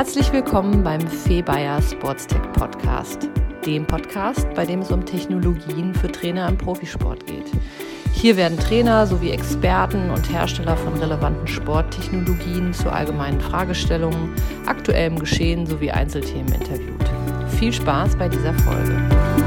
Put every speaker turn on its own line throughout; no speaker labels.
Herzlich willkommen beim Febayer Sportstech Podcast, dem Podcast, bei dem es um Technologien für Trainer im Profisport geht. Hier werden Trainer sowie Experten und Hersteller von relevanten Sporttechnologien zu allgemeinen Fragestellungen, aktuellem Geschehen sowie Einzelthemen interviewt. Viel Spaß bei dieser Folge.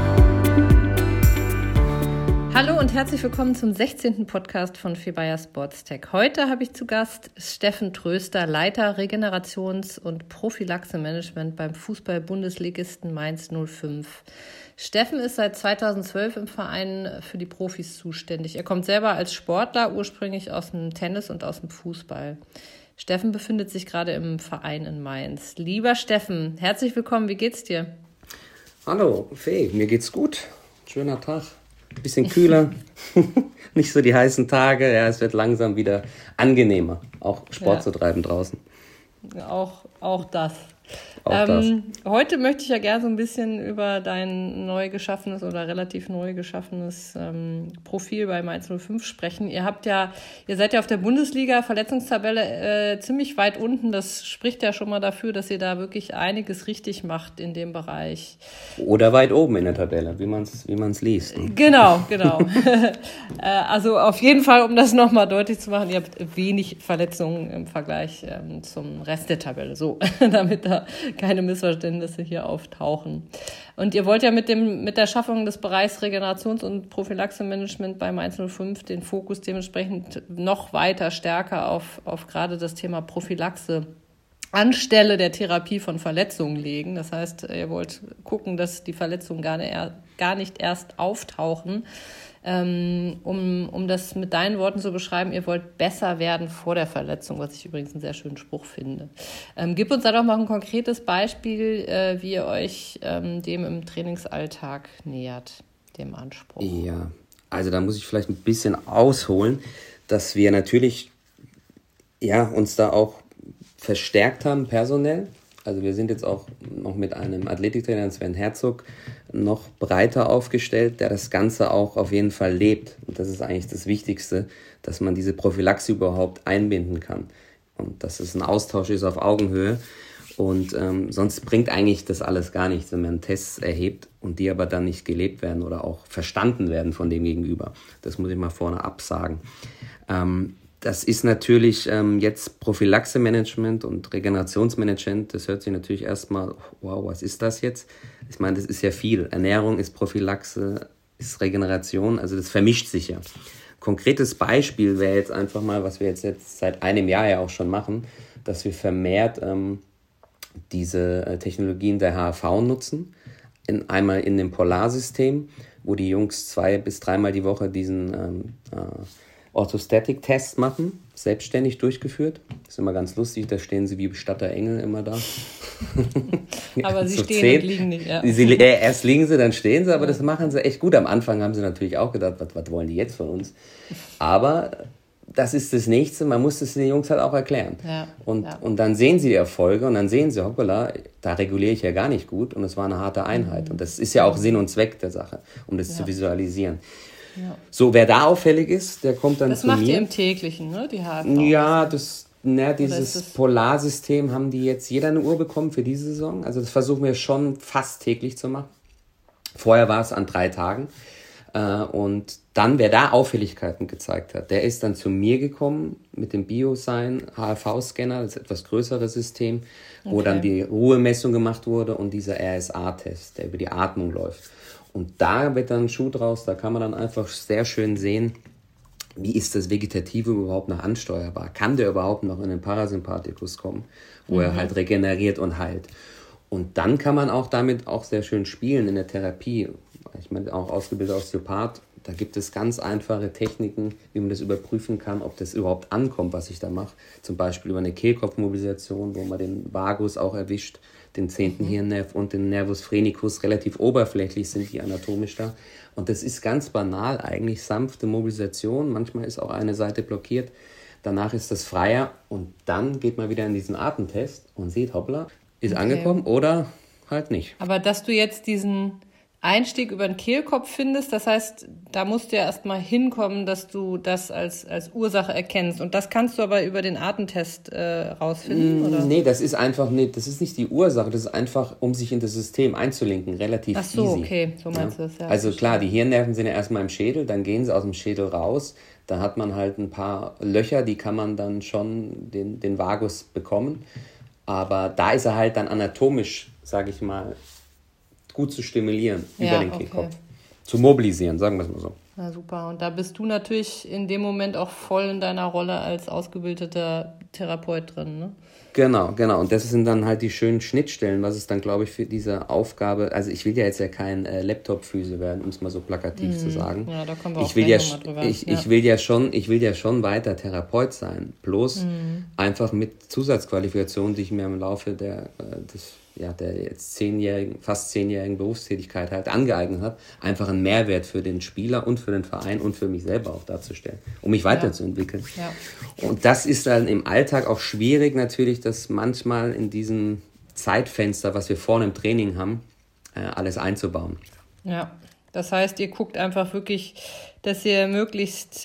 Hallo und herzlich willkommen zum 16. Podcast von Febayer Sportstech. Heute habe ich zu Gast Steffen Tröster, Leiter Regenerations- und Prophylaxe-Management beim Fußball-Bundesligisten Mainz 05. Steffen ist seit 2012 im Verein für die Profis zuständig. Er kommt selber als Sportler ursprünglich aus dem Tennis und aus dem Fußball. Steffen befindet sich gerade im Verein in Mainz. Lieber Steffen, herzlich willkommen. Wie geht's dir?
Hallo, Fee, mir geht's gut. Schöner Tag. Bisschen kühler, nicht so die heißen Tage. Ja, es wird langsam wieder angenehmer, auch Sport zu treiben draußen.
Auch das. Heute möchte ich ja gerne so ein bisschen über dein neu geschaffenes oder relativ neu geschaffenes Profil bei Mainz 05 sprechen. Ihr seid ja auf der Bundesliga-Verletzungstabelle ziemlich weit unten. Das spricht ja schon mal dafür, dass ihr da wirklich einiges richtig macht in dem Bereich.
Oder weit oben in der Tabelle, wie man's liest. Ne?
Genau. Also auf jeden Fall, um das nochmal deutlich zu machen, ihr habt wenig Verletzungen im Vergleich zum Rest der Tabelle. So, damit da keine Missverständnisse hier auftauchen. Und ihr wollt ja mit der Schaffung des Bereichs Regenerations- und Prophylaxe-Management bei Mainz 05 den Fokus dementsprechend noch weiter stärker auf gerade das Thema Prophylaxe anstelle der Therapie von Verletzungen legen. Das heißt, ihr wollt gucken, dass die Verletzungen gar nicht erst auftauchen. Um das mit deinen Worten zu beschreiben, ihr wollt besser werden vor der Verletzung, was ich übrigens einen sehr schönen Spruch finde. Gib uns da doch mal ein konkretes Beispiel, wie ihr euch dem im Trainingsalltag nähert, dem Anspruch.
Ja, also da muss ich vielleicht ein bisschen ausholen, dass wir natürlich uns da auch verstärkt haben personell. Also wir sind jetzt auch noch mit einem Athletiktrainer, Sven Herzog, noch breiter aufgestellt, der das Ganze auch auf jeden Fall lebt. Und das ist eigentlich das Wichtigste, dass man diese Prophylaxe überhaupt einbinden kann. Und dass es ein Austausch ist auf Augenhöhe. Und sonst bringt eigentlich das alles gar nichts, wenn man Tests erhebt und die aber dann nicht gelebt werden oder auch verstanden werden von dem Gegenüber. Das muss ich mal vorne absagen. Das ist natürlich jetzt Prophylaxe-Management und Regenerationsmanagement. Das hört sich natürlich erstmal, wow, was ist das jetzt? Ich meine, das ist ja viel. Ernährung ist Prophylaxe, ist Regeneration, also das vermischt sich ja. Konkretes Beispiel wäre jetzt einfach mal, was wir jetzt seit einem Jahr ja auch schon machen, dass wir vermehrt diese Technologien der HRV nutzen. Einmal in dem Polarsystem, wo die Jungs 2 bis 3 Mal die Woche diesen Orthostatic-Test machen, selbstständig durchgeführt. Das ist immer ganz lustig, da stehen sie wie Bestatter Engel immer da.
Aber sie stehen und liegen nicht, ja.
Erst liegen sie, dann stehen sie, aber das machen sie echt gut. Am Anfang haben sie natürlich auch gedacht, was wollen die jetzt von uns? Aber das ist das Nächste, man muss es den Jungs halt auch erklären. Ja. Und dann sehen sie die Erfolge und dann sehen sie, hoppala, da reguliere ich ja gar nicht gut und es war eine harte Einheit. Und das ist ja auch Sinn und Zweck der Sache, um das zu visualisieren. Ja. So, wer da auffällig ist, der kommt dann zu mir. Das macht ihr
im täglichen, ne? Die HRV.
Ja, dieses Polarsystem haben die jetzt jeder eine Uhr bekommen für diese Saison. Also das versuchen wir schon fast täglich zu machen. Vorher war es an 3 Tagen. Und dann, wer da Auffälligkeiten gezeigt hat, der ist dann zu mir gekommen mit dem BioSign HRV-Scanner, das etwas größere System, wo dann die Ruhemessung gemacht wurde und dieser RSA-Test, der über die Atmung läuft. Und da wird dann ein Schuh draus, da kann man dann einfach sehr schön sehen, wie ist das Vegetative überhaupt noch ansteuerbar? Kann der überhaupt noch in den Parasympathikus kommen, wo er halt regeneriert und heilt? Und dann kann man auch damit auch sehr schön spielen in der Therapie. Ich meine, auch ausgebildeter Osteopath, da gibt es ganz einfache Techniken, wie man das überprüfen kann, ob das überhaupt ankommt, was ich da mache. Zum Beispiel über eine Kehlkopfmobilisation, wo man den Vagus auch erwischt, den 10. Hirnnerv und den Nervus phrenicus. Relativ oberflächlich sind die anatomisch da. Und das ist ganz banal, eigentlich sanfte Mobilisation. Manchmal ist auch eine Seite blockiert. Danach ist das freier und dann geht man wieder in diesen Atemtest und sieht, hoppla, ist angekommen oder halt nicht.
Aber dass du jetzt diesen Einstieg über den Kehlkopf findest. Das heißt, da musst du ja erstmal hinkommen, dass du das als Ursache erkennst. Und das kannst du aber über den Atemtest rausfinden, oder?
Nee, das ist nicht die Ursache. Das ist einfach, um sich in das System einzulenken, relativ easy.
Ach so, okay, so meinst du das, ja.
Also klar, die Hirnnerven sind ja erstmal im Schädel, dann gehen sie aus dem Schädel raus. Da hat man halt ein paar Löcher, die kann man dann schon den Vagus bekommen. Aber da ist er halt dann anatomisch, sage ich mal, gut zu stimulieren über den Kehlkopf. Zu mobilisieren, sagen wir es mal so.
Na super. Und da bist du natürlich in dem Moment auch voll in deiner Rolle als ausgebildeter Therapeut drin, ne?
Genau. Und das sind dann halt die schönen Schnittstellen, was es dann, glaube ich, für diese Aufgabe, also ich will ja jetzt ja kein Laptop-Füße werden, um es mal so plakativ zu sagen.
Ja, da kommen wir auch gleich nochmal drüber.
Ich will ja schon weiter Therapeut sein, bloß einfach mit Zusatzqualifikationen, die ich mir im Laufe der jetzt fast 10-jährigen Berufstätigkeit halt angeeignet habe, einfach einen Mehrwert für den Spieler und für den Verein und für mich selber auch darzustellen, um mich weiterzuentwickeln. Ja. Und das ist dann im Alltag auch schwierig natürlich, dass manchmal in diesem Zeitfenster, was wir vorne im Training haben, alles einzubauen.
Ja, das heißt, ihr guckt einfach wirklich, dass ihr möglichst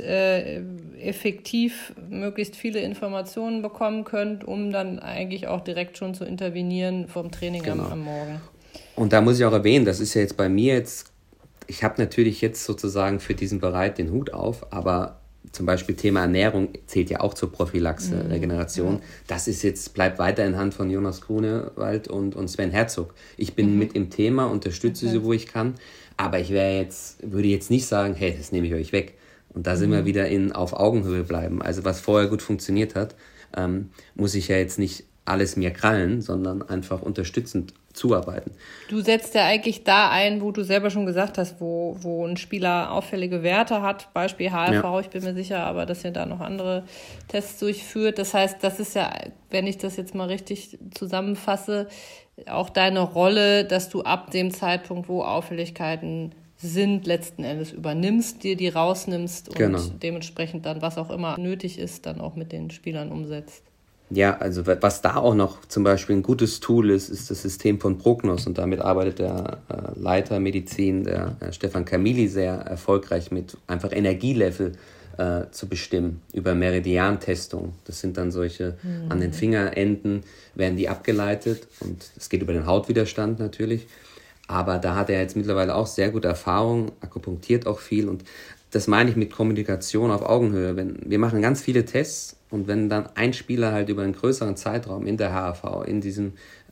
effektiv möglichst viele Informationen bekommen könnt, um dann eigentlich auch direkt schon zu intervenieren vom Training am Morgen.
Und da muss ich auch erwähnen, das ist ja jetzt bei mir ich habe natürlich jetzt sozusagen für diesen Bereich den Hut auf, aber zum Beispiel Thema Ernährung zählt ja auch zur Prophylaxe, Regeneration. Ja. Das bleibt weiter in Hand von Jonas Grunewald und Sven Herzog. Ich bin mit im Thema, unterstütze sie, wo ich kann. Aber ich würde jetzt nicht sagen, hey, das nehme ich euch weg. Und da sind wir wieder auf Augenhöhe bleiben. Also was vorher gut funktioniert hat, muss ich ja jetzt nicht alles mir krallen, sondern einfach unterstützend zuarbeiten.
Du setzt ja eigentlich da ein, wo du selber schon gesagt hast, wo ein Spieler auffällige Werte hat, Beispiel HRV, ich bin mir sicher, aber dass ihr da noch andere Tests durchführt. Das heißt, das ist ja, wenn ich das jetzt mal richtig zusammenfasse, auch deine Rolle, dass du ab dem Zeitpunkt, wo Auffälligkeiten sind, letzten Endes übernimmst, dir die rausnimmst und dementsprechend dann, was auch immer nötig ist, dann auch mit den Spielern umsetzt.
Ja, also was da auch noch zum Beispiel ein gutes Tool ist das System von Prognos, und damit arbeitet der Leiter Medizin, der Stefan Camilli, sehr erfolgreich mit einfach Energielevel zu bestimmen über Meridiantestung. Das sind dann solche, an den Fingerenden werden die abgeleitet und es geht über den Hautwiderstand natürlich. Aber da hat er jetzt mittlerweile auch sehr gute Erfahrung, akupunktiert auch viel, und das meine ich mit Kommunikation auf Augenhöhe. Wir machen ganz viele Tests, und wenn dann ein Spieler halt über einen größeren Zeitraum in der HRV, in diesem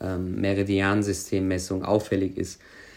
Meridiansystemmessung auffällig ist,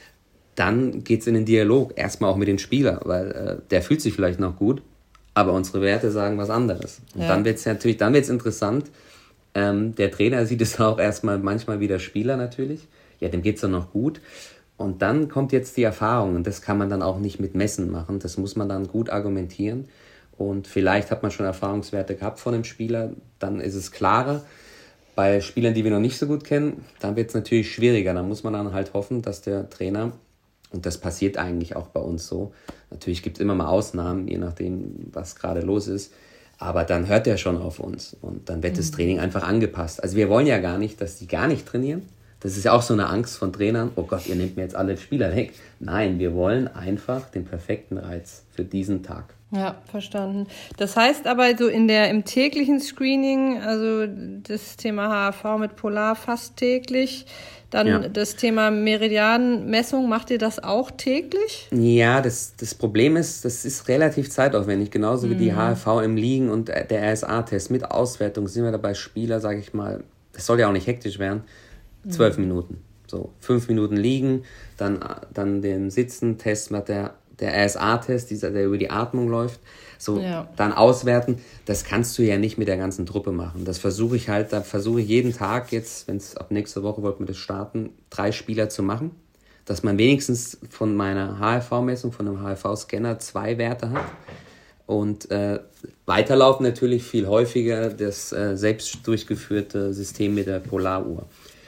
dann geht es in den Dialog, erstmal auch mit dem Spieler, weil der fühlt sich vielleicht noch gut, aber unsere Werte sagen was anderes. Und dann wird es interessant. Der Trainer sieht es auch erstmal manchmal wie der Spieler natürlich. Ja, dem geht es dann noch gut. Und dann kommt jetzt die Erfahrung, und das kann man dann auch nicht mit Messen machen. Das muss man dann gut argumentieren. Und vielleicht hat man schon Erfahrungswerte gehabt von dem Spieler, dann ist es klarer. Bei Spielern, die wir noch nicht so gut kennen, dann wird es natürlich schwieriger. Dann muss man dann halt hoffen, dass der Trainer, und das passiert eigentlich auch bei uns so, natürlich gibt es immer mal Ausnahmen, je nachdem, was gerade los ist, aber dann hört er schon auf uns und dann wird das Training einfach angepasst. Also wir wollen ja gar nicht, dass die gar nicht trainieren. Das ist ja auch so eine Angst von Trainern. Oh Gott, ihr nehmt mir jetzt alle Spieler weg. Nein, wir wollen einfach den perfekten Reiz für diesen Tag.
Ja, verstanden. Das heißt aber so im täglichen Screening, also das Thema HRV mit Polar fast täglich, dann das Thema Meridianmessung, macht ihr das auch täglich?
Ja, das Problem ist, das ist relativ zeitaufwendig, genauso wie die HRV im Liegen und der RSA-Test mit Auswertung sind wir dabei Spieler, sage ich mal, das soll ja auch nicht hektisch werden, 12 Minuten. So, 5 Minuten liegen, dann den Sitzen, Test mit der RSA-Test, der über die Atmung läuft, dann auswerten. Das kannst du ja nicht mit der ganzen Truppe machen. Das versuche ich jeden Tag jetzt, wenn es ab nächster Woche wollten wir das starten, 3 Spieler zu machen, dass man wenigstens von meiner HRV-Messung, von einem HRV-Scanner 2 Werte hat. Und weiterlaufen natürlich viel häufiger das selbst durchgeführte System mit der Polaruhr.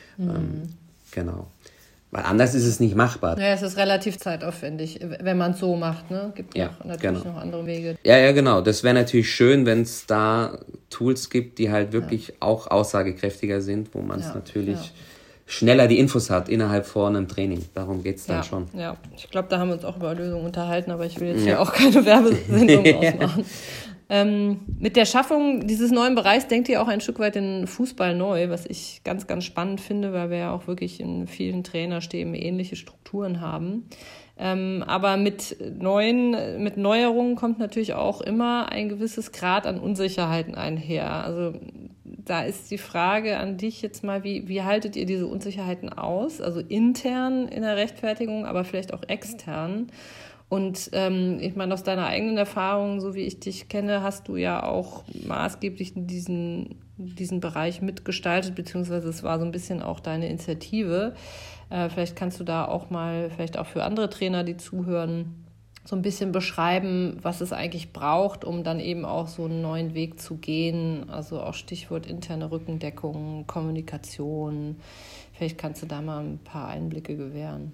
Genau. Weil anders ist es nicht machbar.
Ja, es ist relativ zeitaufwendig, wenn man es so macht. Ne? Gibt natürlich noch andere Wege.
Ja, genau. Das wäre natürlich schön, wenn es da Tools gibt, die halt wirklich auch aussagekräftiger sind, wo man es natürlich schneller die Infos hat innerhalb vor einem Training. Darum geht es dann schon.
Ja, ich glaube, da haben wir uns auch über Lösungen unterhalten, aber ich will jetzt hier auch keine Werbesendung ausmachen. Mit der Schaffung dieses neuen Bereichs denkt ihr auch ein Stück weit den Fußball neu, was ich ganz, ganz spannend finde, weil wir ja auch wirklich in vielen Trainerstäben ähnliche Strukturen haben. Aber mit Neuerungen kommt natürlich auch immer ein gewisses Grad an Unsicherheiten einher. Also da ist die Frage an dich jetzt mal, wie haltet ihr diese Unsicherheiten aus? Also intern in der Rechtfertigung, aber vielleicht auch extern. Und ich meine, aus deiner eigenen Erfahrung, so wie ich dich kenne, hast du ja auch maßgeblich diesen Bereich mitgestaltet, beziehungsweise es war so ein bisschen auch deine Initiative. Vielleicht kannst du da auch mal, vielleicht auch für andere Trainer, die zuhören, so ein bisschen beschreiben, was es eigentlich braucht, um dann eben auch so einen neuen Weg zu gehen. Also auch Stichwort interne Rückendeckung, Kommunikation. Vielleicht kannst du da mal ein paar Einblicke gewähren.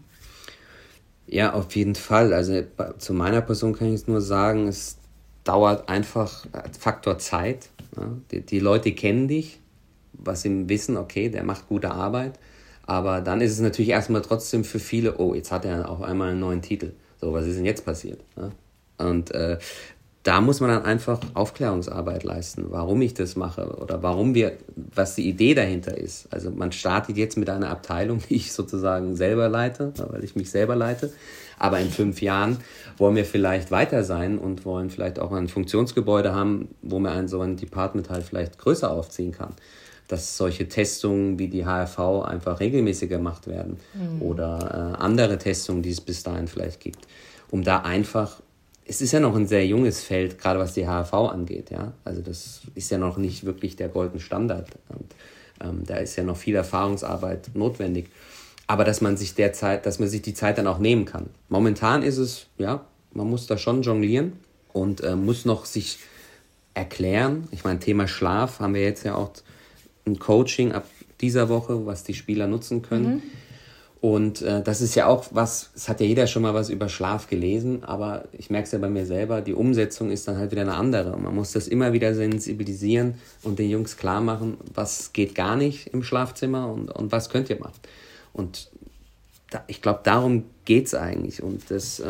Ja, auf jeden Fall. Also zu meiner Person kann ich jetzt nur sagen, es dauert einfach Faktor Zeit. Ja. Die Leute kennen dich, was sie wissen, okay, der macht gute Arbeit. Aber dann ist es natürlich erstmal trotzdem für viele, oh, jetzt hat er auf einmal einen neuen Titel. So, was ist denn jetzt passiert? Ja. Und da muss man dann einfach Aufklärungsarbeit leisten, warum ich das mache oder was die Idee dahinter ist. Also man startet jetzt mit einer Abteilung, die ich sozusagen selber leite, weil ich mich selber leite. Aber in 5 Jahren wollen wir vielleicht weiter sein und wollen vielleicht auch ein Funktionsgebäude haben, wo man so ein Department halt vielleicht größer aufziehen kann. Dass solche Testungen wie die HRV einfach regelmäßiger gemacht werden oder andere Testungen, die es bis dahin vielleicht gibt, um da einfach. Es ist ja noch ein sehr junges Feld, gerade was die HRV angeht. Ja? Also das ist ja noch nicht wirklich der goldene Standard. Und da ist ja noch viel Erfahrungsarbeit notwendig. Aber dass man sich die Zeit dann auch nehmen kann. Momentan ist es, ja, man muss da schon jonglieren und muss noch sich erklären. Ich meine, Thema Schlaf haben wir jetzt ja auch ein Coaching ab dieser Woche, was die Spieler nutzen können. Und das ist ja auch was, es hat ja jeder schon mal was über Schlaf gelesen, aber ich merke es ja bei mir selber, die Umsetzung ist dann halt wieder eine andere. Man muss das immer wieder sensibilisieren und den Jungs klar machen, was geht gar nicht im Schlafzimmer und was könnt ihr machen. Und ich glaube, darum geht es eigentlich. Und das,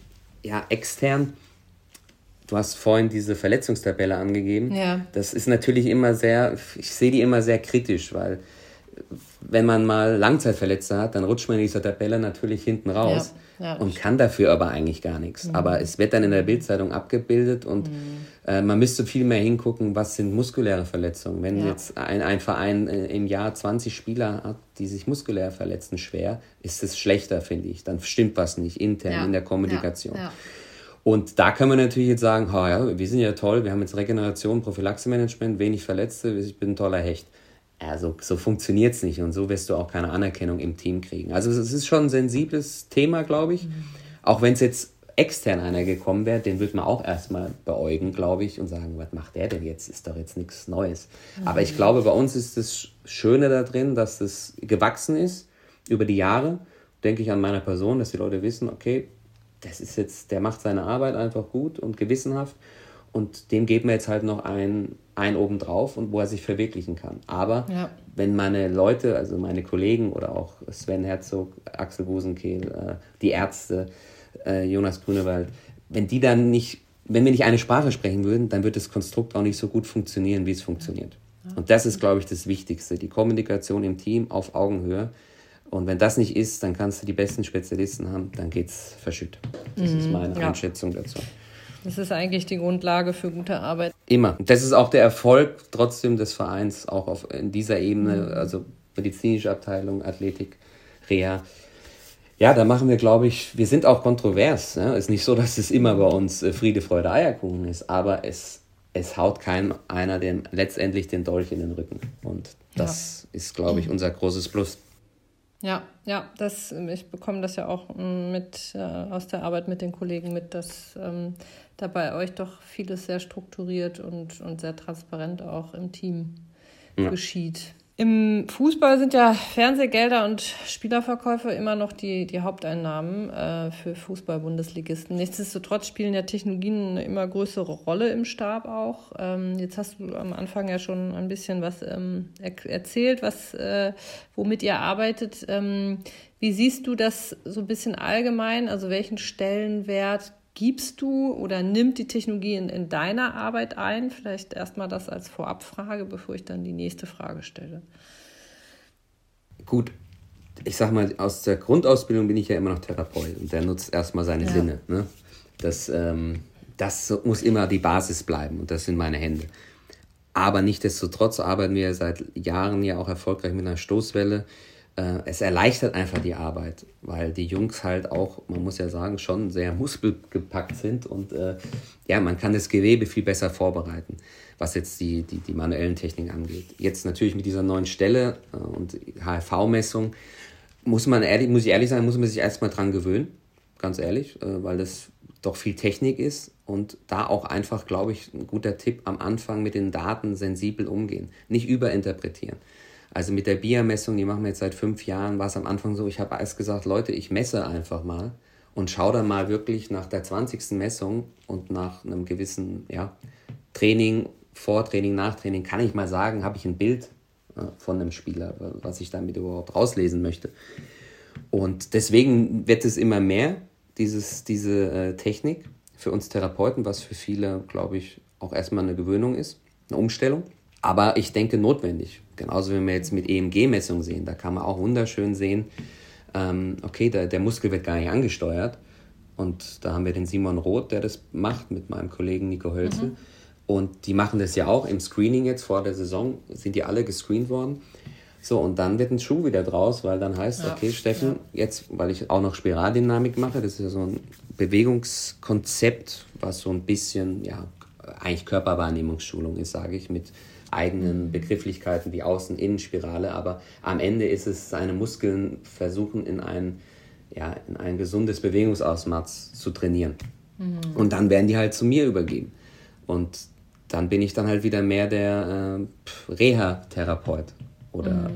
extern, du hast vorhin diese Verletzungstabelle angegeben. Ja. Das ist natürlich ich sehe die immer sehr kritisch, weil wenn man mal Langzeitverletzte hat, dann rutscht man in dieser Tabelle natürlich hinten raus und kann dafür aber eigentlich gar nichts. Aber es wird dann in der Bildzeitung abgebildet und man müsste viel mehr hingucken, was sind muskuläre Verletzungen. Wenn jetzt ein Verein im Jahr 20 Spieler hat, die sich muskulär verletzen, schwer, ist es schlechter, finde ich. Dann stimmt was nicht intern in der Kommunikation. Ja. Und da kann man natürlich jetzt sagen, wir sind ja toll, wir haben jetzt Regeneration, Prophylaxe-Management, wenig Verletzte, ich bin ein toller Hecht. Also so funktioniert es nicht und so wirst du auch keine Anerkennung im Team kriegen. Also es ist schon ein sensibles Thema, glaube ich. Auch wenn es jetzt extern einer gekommen wäre, den würde man auch erstmal beäugen, glaube ich, und sagen, was macht der denn jetzt? Ist doch jetzt nichts Neues. Aber ich glaube, bei uns ist das Schöne da drin, dass es gewachsen ist über die Jahre. Denke ich an meiner Person, dass die Leute wissen, okay, der macht seine Arbeit einfach gut und gewissenhaft. Und dem geben wir jetzt halt noch ein oben drauf und wo er sich verwirklichen kann. Aber wenn meine Leute, also meine Kollegen oder auch Sven Herzog, Axel Busenkehl, die Ärzte, Jonas Grünewald, wenn wir nicht eine Sprache sprechen würden, dann wird das Konstrukt auch nicht so gut funktionieren, wie es funktioniert. Und das ist, glaube ich, das Wichtigste, die Kommunikation im Team auf Augenhöhe. Und wenn das nicht ist, dann kannst du die besten Spezialisten haben, dann geht's verschütt. Das ist meine Einschätzung dazu.
Das ist eigentlich die Grundlage für gute Arbeit.
Immer. Das ist auch der Erfolg trotzdem des Vereins, auch in dieser Ebene, also medizinische Abteilung, Athletik, Reha. Ja, da machen wir, glaube ich, wir sind auch kontrovers. Ja? Ist nicht so, dass es immer bei uns Friede, Freude, Eierkuchen ist, aber es haut einer letztendlich den Dolch in den Rücken. Und das ist, glaube ich, unser großes Plus.
Ja, ich bekomme das ja auch mit aus der Arbeit mit den Kollegen mit, dass da bei euch doch vieles sehr strukturiert und sehr transparent auch im Team geschieht. Im Fußball sind ja Fernsehgelder und Spielerverkäufe immer noch die Haupteinnahmen für Fußball-Bundesligisten. Nichtsdestotrotz spielen ja Technologien eine immer größere Rolle im Stab auch. Jetzt hast du am Anfang ja schon ein bisschen was erzählt, womit ihr arbeitet. Wie siehst du das so ein bisschen allgemein? Also welchen Stellenwert gibst du oder nimmt die Technologie in deiner Arbeit ein? Vielleicht erstmal das als Vorabfrage, bevor ich dann die nächste Frage stelle.
Gut, ich sag mal, aus der Grundausbildung bin ich ja immer noch Therapeut und der nutzt erstmal seine Sinne. Ne? Das muss immer die Basis bleiben und das sind meine Hände. Aber nichtsdestotrotz arbeiten wir seit Jahren ja auch erfolgreich mit einer Stoßwelle. Es erleichtert einfach die Arbeit, weil die Jungs halt auch, man muss ja sagen, schon sehr muskelgepackt sind und man kann das Gewebe viel besser vorbereiten, was jetzt die manuellen Techniken angeht. Jetzt natürlich mit dieser neuen Stelle und HRV-Messung muss ich ehrlich sagen, muss man sich erstmal dran gewöhnen, ganz ehrlich, weil das doch viel Technik ist und da auch einfach, glaube ich, ein guter Tipp am Anfang mit den Daten sensibel umgehen, nicht überinterpretieren. Also mit der BIA-Messung, die machen wir jetzt seit 5 Jahren, war es am Anfang so, ich habe erst gesagt, Leute, ich messe einfach mal und schaue dann mal wirklich nach der 20. Messung und nach einem gewissen Training, Vortraining, Nachtraining, kann ich mal sagen, habe ich ein Bild von einem Spieler, was ich damit überhaupt rauslesen möchte. Und deswegen wird es immer mehr, diese Technik für uns Therapeuten, was für viele, glaube ich, auch erstmal eine Gewöhnung ist, eine Umstellung. Aber ich denke notwendig. Genauso wie wir jetzt mit EMG-Messung sehen, da kann man auch wunderschön sehen, der Muskel wird gar nicht angesteuert. Und da haben wir den Simon Roth, der das macht, mit meinem Kollegen Nico Hölzel. Und die machen das ja auch im Screening jetzt vor der Saison, sind die alle gescreent worden. So, und dann wird ein Schuh wieder draus, weil dann heißt, okay, Steffen, jetzt, weil ich auch noch Spiraldynamik mache, das ist ja so ein Bewegungskonzept, was so ein bisschen, eigentlich Körperwahrnehmungsschulung ist, sage ich, mit eigenen Begrifflichkeiten wie Außen-Innen-Spirale, aber am Ende ist es, seine Muskeln versuchen in ein gesundes Bewegungsausmaß zu trainieren. Und dann werden die halt zu mir übergeben. Und dann bin ich dann halt wieder mehr der Reha-Therapeut oder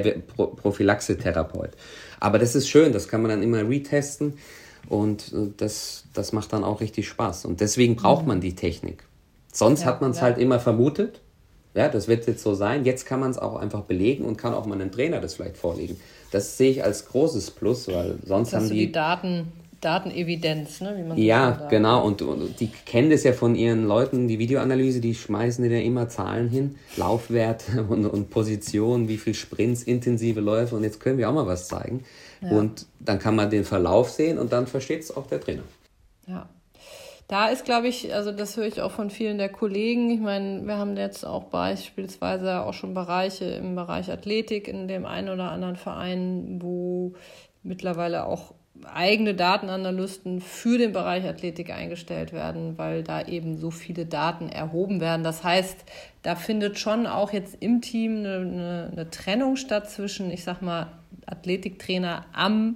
Prophylaxe-Therapeut. Aber das ist schön, das kann man dann immer retesten und das macht dann auch richtig Spaß. Und deswegen braucht man die Technik. Sonst hat man es halt immer vermutet. Ja, das wird jetzt so sein. Jetzt kann man es auch einfach belegen und kann auch mal einem Trainer das vielleicht vorlegen. Das sehe ich als großes Plus, weil sonst haben die
Datenevidenz, ne? Wie man
so genau. Und die kennen das ja von ihren Leuten, die Videoanalyse, die schmeißen dir ja immer Zahlen hin, Laufwerte und Position, wie viel Sprints, intensive Läufe. Und jetzt können wir auch mal was zeigen. Ja. Und dann kann man den Verlauf sehen und dann versteht es auch der Trainer.
Ja. Da ist, glaube ich, also das höre ich auch von vielen der Kollegen. Ich meine, wir haben jetzt auch beispielsweise auch schon Bereiche im Bereich Athletik in dem einen oder anderen Verein, wo mittlerweile auch eigene Datenanalysten für den Bereich Athletik eingestellt werden, weil da eben so viele Daten erhoben werden. Das heißt, da findet schon auch jetzt im Team eine Trennung statt zwischen, ich sag mal, Athletiktrainer am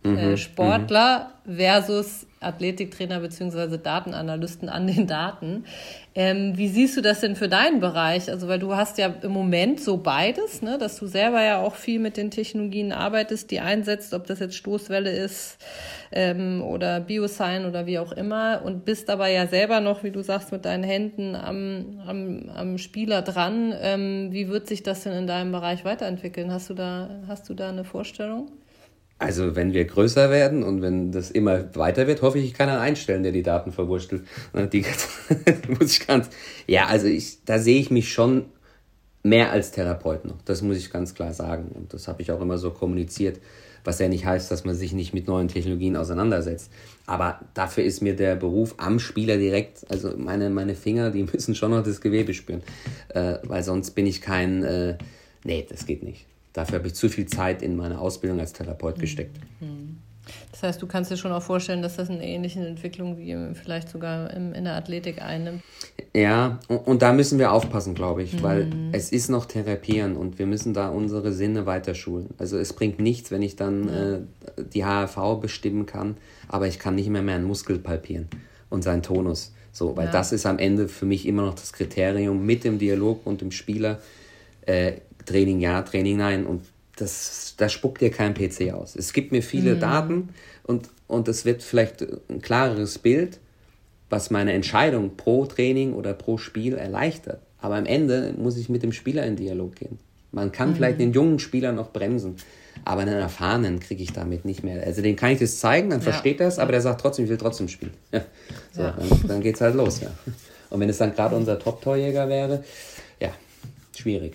Sportler versus Athletiktrainer bzw. Datenanalysten an den Daten. Wie siehst du das denn für deinen Bereich? Also, weil du hast ja im Moment so beides, ne, dass du selber ja auch viel mit den Technologien arbeitest, die einsetzt, ob das jetzt Stoßwelle ist oder Biosign oder wie auch immer, und bist aber ja selber noch, wie du sagst, mit deinen Händen am Spieler dran. Wie wird sich das denn in deinem Bereich weiterentwickeln? Hast du da eine Vorstellung?
Also wenn wir größer werden und wenn das immer weiter wird, hoffe ich kann einen einstellen, der die Daten verwurstelt. Muss ich da sehe ich mich schon mehr als Therapeut noch. Das muss ich ganz klar sagen. Und das habe ich auch immer so kommuniziert, was ja nicht heißt, dass man sich nicht mit neuen Technologien auseinandersetzt. Aber dafür ist mir der Beruf am Spieler direkt, also meine Finger, die müssen schon noch das Gewebe spüren. Weil sonst bin ich kein, das geht nicht. Dafür habe ich zu viel Zeit in meine Ausbildung als Therapeut gesteckt.
Das heißt, du kannst dir schon auch vorstellen, dass das eine ähnliche Entwicklung wie vielleicht sogar in der Athletik einnimmt.
Ja, und da müssen wir aufpassen, glaube ich, weil es ist noch Therapieren und wir müssen da unsere Sinne weiter schulen. Also es bringt nichts, wenn ich dann die HRV bestimmen kann, aber ich kann nicht mehr einen Muskel palpieren und seinen Tonus. So, weil das ist am Ende für mich immer noch das Kriterium mit dem Dialog und dem Spieler, Training ja, Training nein. Und das spuckt dir kein PC aus. Es gibt mir viele Daten und es wird vielleicht ein klareres Bild, was meine Entscheidung pro Training oder pro Spiel erleichtert. Aber am Ende muss ich mit dem Spieler in Dialog gehen. Man kann vielleicht den jungen Spieler noch bremsen, aber einen Erfahrenen kriege ich damit nicht mehr. Also den kann ich das zeigen, dann versteht er es, aber der sagt trotzdem, ich will trotzdem spielen. Ja. So, dann geht es halt los. Ja. Und wenn es dann gerade unser Top-Torjäger wäre, ja, schwierig.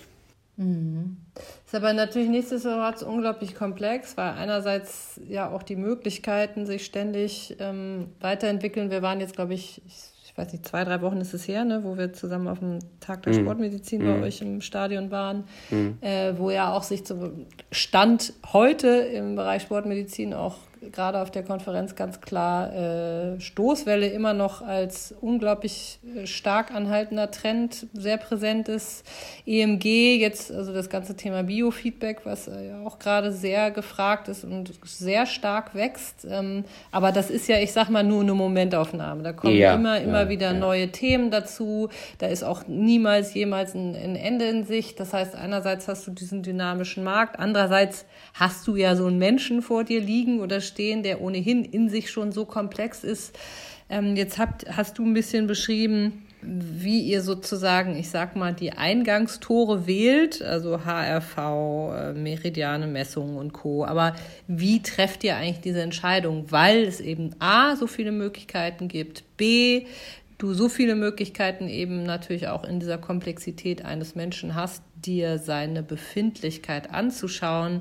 Ist aber natürlich nichtsdestotrotz unglaublich komplex, weil einerseits ja auch die Möglichkeiten sich ständig weiterentwickeln. Wir waren jetzt, glaube ich weiß nicht, 2-3 Wochen ist es her, ne, wo wir zusammen auf dem Tag der Sportmedizin bei euch im Stadion waren, wo ja auch sich zum Stand heute im Bereich Sportmedizin auch gerade auf der Konferenz ganz klar Stoßwelle immer noch als unglaublich stark anhaltender Trend sehr präsent ist. EMG, jetzt also das ganze Thema Biofeedback, was ja auch gerade sehr gefragt ist und sehr stark wächst. Aber das ist ja, ich sag mal, nur eine Momentaufnahme. Da kommen immer wieder neue Themen dazu. Da ist auch niemals jemals ein Ende in Sicht. Das heißt, einerseits hast du diesen dynamischen Markt, andererseits hast du ja so einen Menschen vor dir liegen oder stehen, der ohnehin in sich schon so komplex ist. Jetzt hast du ein bisschen beschrieben, wie ihr sozusagen, ich sag mal, die Eingangstore wählt, also HRV, Meridiane, Messungen und Co. Aber wie trefft ihr eigentlich diese Entscheidung? Weil es eben A, so viele Möglichkeiten gibt, B, du so viele Möglichkeiten eben natürlich auch in dieser Komplexität eines Menschen hast, dir seine Befindlichkeit anzuschauen.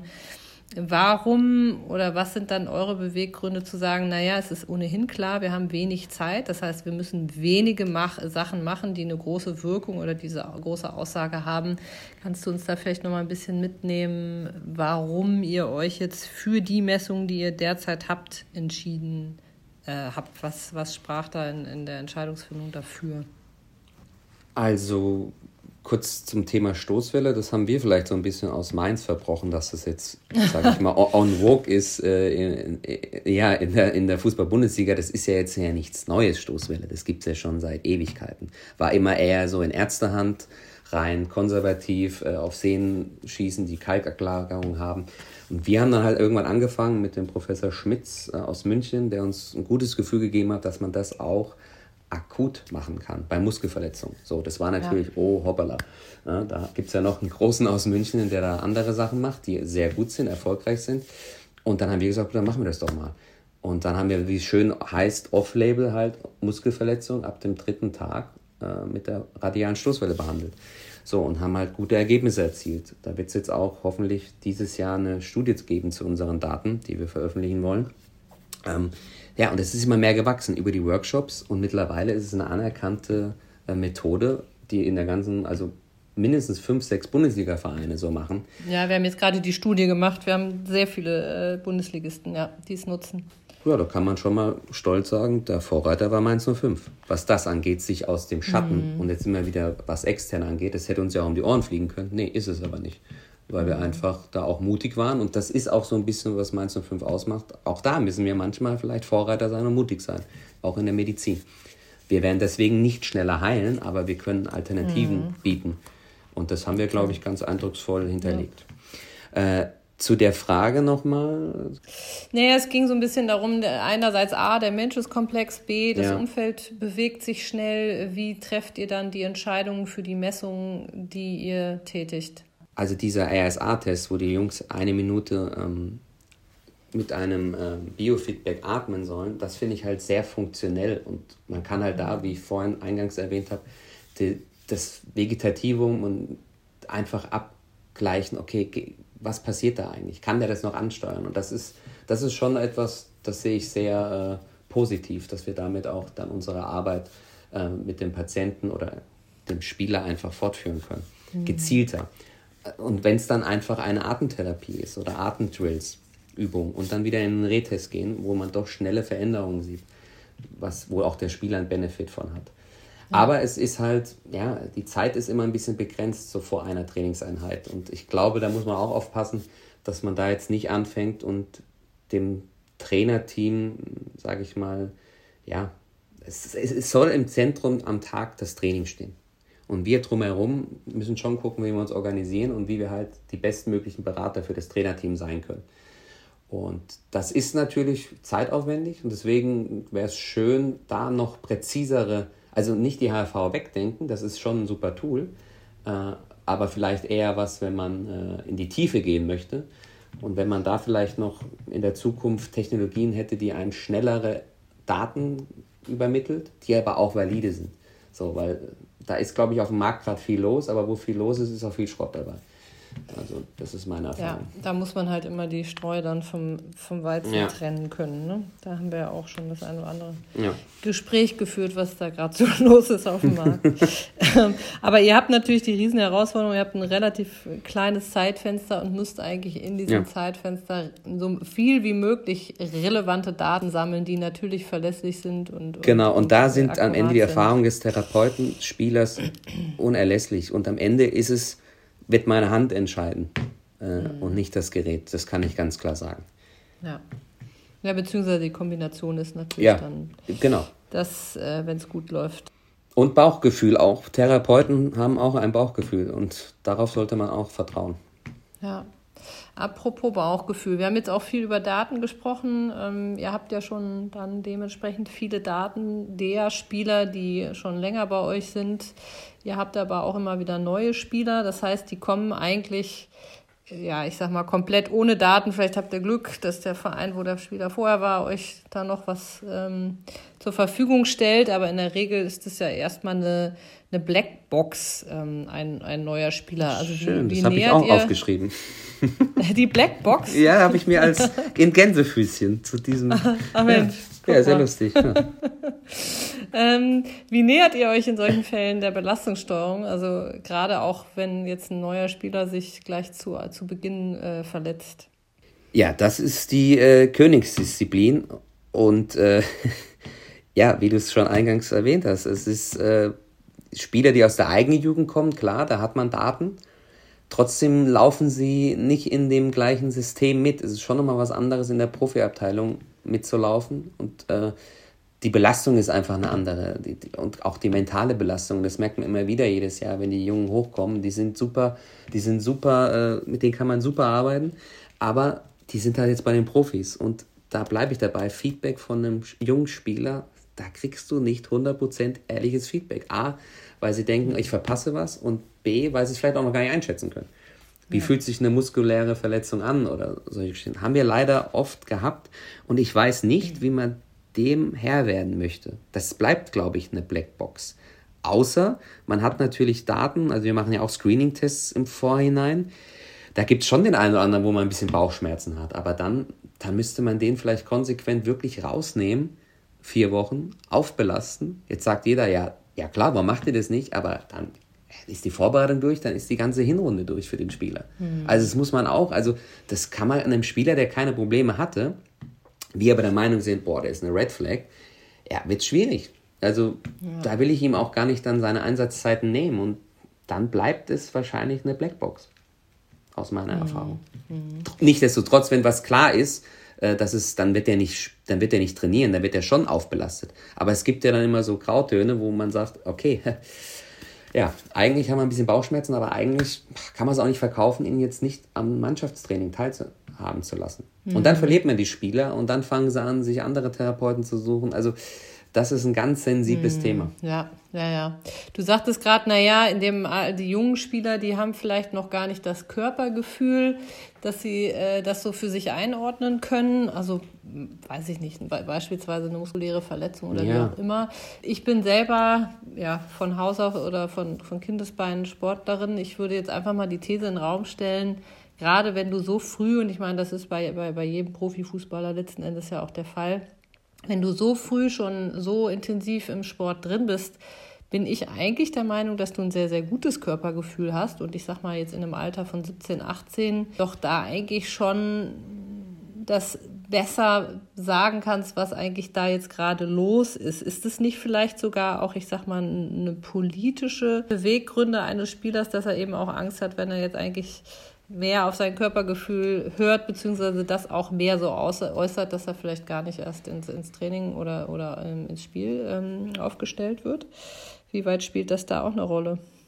Warum oder was sind dann eure Beweggründe zu sagen, naja, es ist ohnehin klar, wir haben wenig Zeit, das heißt, wir müssen wenige Sachen machen, die eine große Wirkung oder diese große Aussage haben. Kannst du uns da vielleicht nochmal ein bisschen mitnehmen, warum ihr euch jetzt für die Messungen, die ihr derzeit habt, entschieden habt? Was sprach da in der Entscheidungsfindung dafür?
Also kurz zum Thema Stoßwelle, das haben wir vielleicht so ein bisschen aus Mainz verbrochen, dass das jetzt, sage ich mal, on vogue ist in der Fußball-Bundesliga. Das ist ja jetzt ja nichts Neues, Stoßwelle. Das gibt es ja schon seit Ewigkeiten. War immer eher so in Ärztehand, rein konservativ, auf Sehnen schießen, die Kalkablagerung haben. Und wir haben dann halt irgendwann angefangen mit dem Professor Schmitz aus München, der uns ein gutes Gefühl gegeben hat, dass man das auch akut machen kann, bei Muskelverletzungen. So, das war natürlich, oh, hoppala. Ja, da gibt es ja noch einen Großen aus München, der da andere Sachen macht, die sehr gut sind, erfolgreich sind. Und dann haben wir gesagt, dann machen wir das doch mal. Und dann haben wir, wie es schön heißt, Off-Label halt Muskelverletzung ab dem 3. Tag mit der radialen Stoßwelle behandelt. So, und haben halt gute Ergebnisse erzielt. Da wird es jetzt auch hoffentlich dieses Jahr eine Studie geben zu unseren Daten, die wir veröffentlichen wollen. Und es ist immer mehr gewachsen über die Workshops und mittlerweile ist es eine anerkannte Methode, die in der ganzen, also mindestens 5-6 Bundesliga-Vereine so machen.
Ja, wir haben jetzt gerade die Studie gemacht, wir haben sehr viele Bundesligisten, die es nutzen.
Ja, da kann man schon mal stolz sagen, der Vorreiter war Mainz 05. Was das angeht, sich aus dem Schatten und jetzt immer wieder was extern angeht, das hätte uns ja auch um die Ohren fliegen können. Nee, ist es aber nicht. Weil wir einfach da auch mutig waren. Und das ist auch so ein bisschen, was Mainz 05 ausmacht. Auch da müssen wir manchmal vielleicht Vorreiter sein und mutig sein. Auch in der Medizin. Wir werden deswegen nicht schneller heilen, aber wir können Alternativen bieten. Und das haben wir, glaube ich, ganz eindrucksvoll hinterlegt. Zu der Frage nochmal.
Naja, es ging so ein bisschen darum, einerseits A, der Mensch ist komplex, B, das Umfeld bewegt sich schnell. Wie trefft ihr dann die Entscheidungen für die Messungen, die ihr tätigt?
Also dieser RSA-Test, wo die Jungs 1 Minute mit einem Biofeedback atmen sollen, das finde ich halt sehr funktionell. Und man kann halt da, wie ich vorhin eingangs erwähnt habe, das Vegetativum und einfach abgleichen, okay, was passiert da eigentlich? Kann der das noch ansteuern? Und das ist schon etwas, das sehe ich sehr positiv, dass wir damit auch dann unsere Arbeit mit dem Patienten oder dem Spieler einfach fortführen können. Gezielter. Und wenn es dann einfach eine Atemtherapie ist oder Atemdrills, Übungen und dann wieder in den Retest gehen, wo man doch schnelle Veränderungen sieht, wo auch der Spieler einen Benefit von hat. Ja. Aber es ist halt, die Zeit ist immer ein bisschen begrenzt so vor einer Trainingseinheit. Und ich glaube, da muss man auch aufpassen, dass man da jetzt nicht anfängt und dem Trainerteam, sage ich mal, es soll im Zentrum am Tag das Training stehen. Und wir drumherum müssen schon gucken, wie wir uns organisieren und wie wir halt die bestmöglichen Berater für das Trainerteam sein können. Und das ist natürlich zeitaufwendig und deswegen wäre es schön, da noch präzisere, also nicht die HRV wegdenken, das ist schon ein super Tool, aber vielleicht eher was, wenn man in die Tiefe gehen möchte und wenn man da vielleicht noch in der Zukunft Technologien hätte, die einem schnellere Daten übermittelt, die aber auch valide sind. So, weil da ist, glaube ich, auf dem Markt gerade viel los, aber wo viel los ist, ist auch viel Schrott dabei. Also das ist meine Erfahrung.
Ja, da muss man halt immer die Streu dann vom Weizen trennen können. Ne? Da haben wir ja auch schon das eine oder andere Gespräch geführt, was da gerade so los ist auf dem Markt. Aber ihr habt natürlich die riesen Herausforderung, ihr habt ein relativ kleines Zeitfenster und müsst eigentlich in diesem Zeitfenster so viel wie möglich relevante Daten sammeln, die natürlich verlässlich sind.
Und da sind am Ende die Erfahrungen des Therapeuten, Spielers unerlässlich. Und am Ende wird meine Hand entscheiden und nicht das Gerät. Das kann ich ganz klar sagen.
Ja, beziehungsweise die Kombination ist natürlich dann, dass, wenn es gut läuft.
Und Bauchgefühl auch. Therapeuten haben auch ein Bauchgefühl und darauf sollte man auch vertrauen.
Ja. Apropos Bauchgefühl, wir haben jetzt auch viel über Daten gesprochen. Ihr habt ja schon dann dementsprechend viele Daten der Spieler, die schon länger bei euch sind. Ihr habt aber auch immer wieder neue Spieler. Das heißt, die kommen eigentlich, ich sag mal, komplett ohne Daten. Vielleicht habt ihr Glück, dass der Verein, wo der Spieler vorher war, euch da noch was zur Verfügung stellt. Aber in der Regel ist es ja erstmal eine Blackbox, ein neuer Spieler. Also
schön, das habe ich auch aufgeschrieben.
Die Blackbox?
Ja, habe ich mir als in Gänsefüßchen zu diesem...
Mensch,
ja, sehr lustig. Ja.
Wie nähert ihr euch in solchen Fällen der Belastungssteuerung? Also gerade auch, wenn jetzt ein neuer Spieler sich gleich zu Beginn verletzt.
Ja, das ist die Königsdisziplin. Und wie du es schon eingangs erwähnt hast, es ist Spieler, die aus der eigenen Jugend kommen, klar, da hat man Daten. Trotzdem laufen sie nicht in dem gleichen System mit. Es ist schon nochmal was anderes, in der Profiabteilung mitzulaufen. Und die Belastung ist einfach eine andere. Und auch die mentale Belastung, das merkt man immer wieder jedes Jahr, wenn die Jungen hochkommen. Die sind super, mit denen kann man super arbeiten. Aber die sind halt jetzt bei den Profis. Und da bleibe ich dabei. Feedback von einem jungen Spieler, da kriegst du nicht 100% ehrliches Feedback. A, weil sie denken, ich verpasse was, und B, weil sie es vielleicht auch noch gar nicht einschätzen können. Wie fühlt sich eine muskuläre Verletzung an oder solche Geschichten? Haben wir leider oft gehabt, und ich weiß nicht, wie man dem Herr werden möchte. Das bleibt, glaube ich, eine Blackbox. Außer man hat natürlich Daten, also wir machen ja auch Screening-Tests im Vorhinein. Da gibt es schon den einen oder anderen, wo man ein bisschen Bauchschmerzen hat, aber dann müsste man den vielleicht konsequent wirklich rausnehmen, 4 Wochen, aufbelasten. Jetzt sagt jeder, ja klar, warum macht ihr das nicht? Aber dann ist die Vorbereitung durch, dann ist die ganze Hinrunde durch für den Spieler. Also das muss man auch, das kann man einem Spieler, der keine Probleme hatte, wir aber der Meinung sind, der ist eine Red Flag, wird schwierig. Da will ich ihm auch gar nicht dann seine Einsatzzeiten nehmen, und dann bleibt es wahrscheinlich eine Blackbox, aus meiner Erfahrung. Nichtsdestotrotz, wenn was klar ist, dann wird er nicht trainieren, dann wird er schon aufbelastet. Aber es gibt ja dann immer so Grautöne, wo man sagt, okay, eigentlich haben wir ein bisschen Bauchschmerzen, aber eigentlich kann man es auch nicht verkaufen, ihn jetzt nicht am Mannschaftstraining teilhaben zu lassen. Und dann verliert man die Spieler, und dann fangen sie an, sich andere Therapeuten zu suchen. Also das ist ein ganz sensibles Thema.
Ja. Du sagtest gerade, die jungen Spieler, die haben vielleicht noch gar nicht das Körpergefühl, dass sie das so für sich einordnen können. Also, weiß ich nicht, beispielsweise eine muskuläre Verletzung oder wie auch immer. Ich bin selber von Haus auf oder von Kindesbeinen Sportlerin. Ich würde jetzt einfach mal die These in den Raum stellen, gerade wenn du so früh, und ich meine, das ist bei jedem Profifußballer letzten Endes ja auch der Fall, wenn du so früh schon so intensiv im Sport drin bist, bin ich eigentlich der Meinung, dass du ein sehr, sehr gutes Körpergefühl hast. Und ich sag mal jetzt in einem Alter von 17, 18, doch da eigentlich schon das besser sagen kannst, was eigentlich da jetzt gerade los ist. Ist es nicht vielleicht sogar auch, ich sag mal, eine politische Beweggründe eines Spielers, dass er eben auch Angst hat, wenn er jetzt eigentlich mehr auf sein Körpergefühl hört, beziehungsweise das auch mehr so äußert, dass er vielleicht gar nicht erst ins Training oder ins Spiel aufgestellt wird? Wie weit spielt das da auch eine Rolle?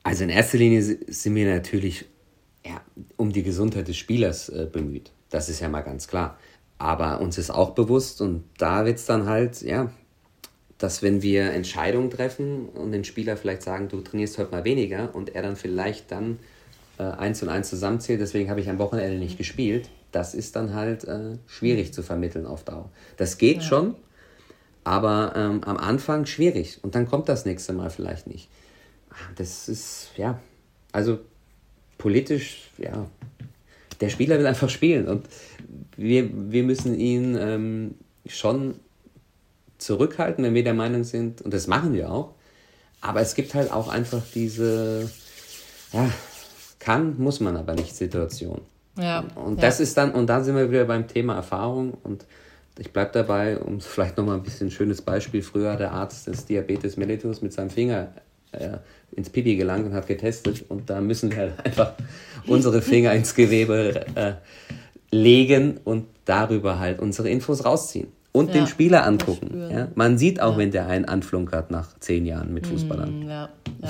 Also in erster Linie sind wir natürlich um die Gesundheit des Spielers bemüht. Das ist ja mal ganz klar. Aber uns ist auch bewusst, und da wird es dann halt, dass wenn wir Entscheidungen treffen und den Spieler vielleicht sagen, du trainierst heute mal weniger, und er dann vielleicht dann 1 und 1 zusammenzählt, deswegen habe ich am Wochenende nicht gespielt, das ist dann halt schwierig zu vermitteln auf Dauer. Das geht schon, aber am Anfang schwierig, und dann kommt das nächste Mal vielleicht nicht. Das ist, also politisch, der Spieler will einfach spielen, und wir müssen ihn schon zurückhalten, wenn wir der Meinung sind, und das machen wir auch, aber es gibt halt auch einfach diese, muss man aber nicht Situation. Und das ist dann, und da sind wir wieder beim Thema Erfahrung, und ich bleibe dabei, um vielleicht nochmal ein bisschen schönes Beispiel, früher hat der Arzt des Diabetes mellitus mit seinem Finger ins Pipi gelangt und hat getestet, und da müssen wir halt einfach unsere Finger ins Gewebe legen und darüber halt unsere Infos rausziehen und den Spieler angucken. Ja? Man sieht auch, wenn der einen anflunkert nach 10 Jahren mit Fußballern.
Ja.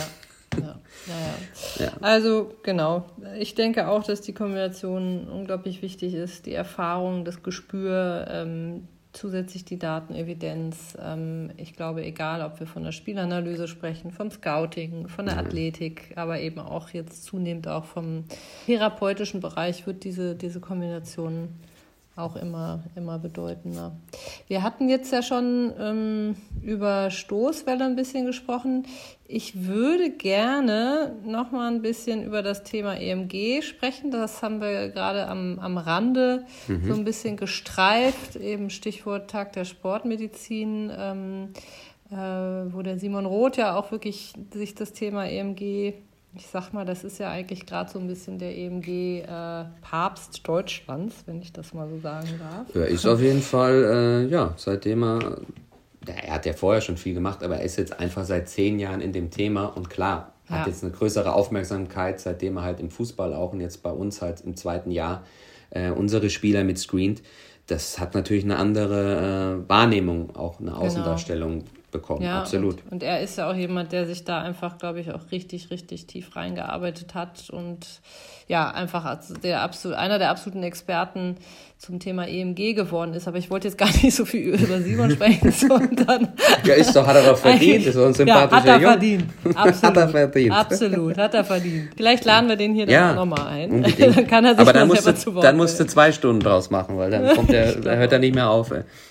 Also genau, ich denke auch, dass die Kombination unglaublich wichtig ist, die Erfahrung, das Gespür, zusätzlich die Datenevidenz. Ich glaube, egal, ob wir von der Spielanalyse sprechen, vom Scouting, von der Athletik, aber eben auch jetzt zunehmend auch vom therapeutischen Bereich wird diese Kombination auch immer bedeutender. Wir hatten jetzt ja schon über Stoßwelle ein bisschen gesprochen. Ich würde gerne noch mal ein bisschen über das Thema EMG sprechen. Das haben wir gerade am Rande so ein bisschen gestreift. Eben Stichwort Tag der Sportmedizin, wo der Simon Roth ja auch wirklich sich das Thema EMG, ich sag mal, das ist ja eigentlich gerade so ein bisschen der EMG-Papst Deutschlands, wenn ich das mal so sagen darf.
Er ist auf jeden Fall, seitdem er hat ja vorher schon viel gemacht, aber er ist jetzt einfach seit 10 Jahren in dem Thema, und klar, hat jetzt eine größere Aufmerksamkeit, seitdem er halt im Fußball auch und jetzt bei uns halt im 2. Jahr unsere Spieler mit screent. Das hat natürlich eine andere Wahrnehmung, auch eine Außendarstellung bekommen, absolut.
Und er ist ja auch jemand, der sich da einfach, glaube ich, auch richtig, richtig tief reingearbeitet hat und einfach einer der absoluten Experten zum Thema EMG geworden ist. Aber ich wollte jetzt gar nicht so viel über Simon sprechen, sondern...
hat er doch verdient, ist so ein sympathischer Junge.
Verdient, absolut. Hat er verdient. Absolut, hat er verdient. Vielleicht laden wir den hier dann nochmal ein. Dann kann er sich selber zu Wort
dann musst du 2 Stunden draus machen, weil dann hört er nicht mehr auf.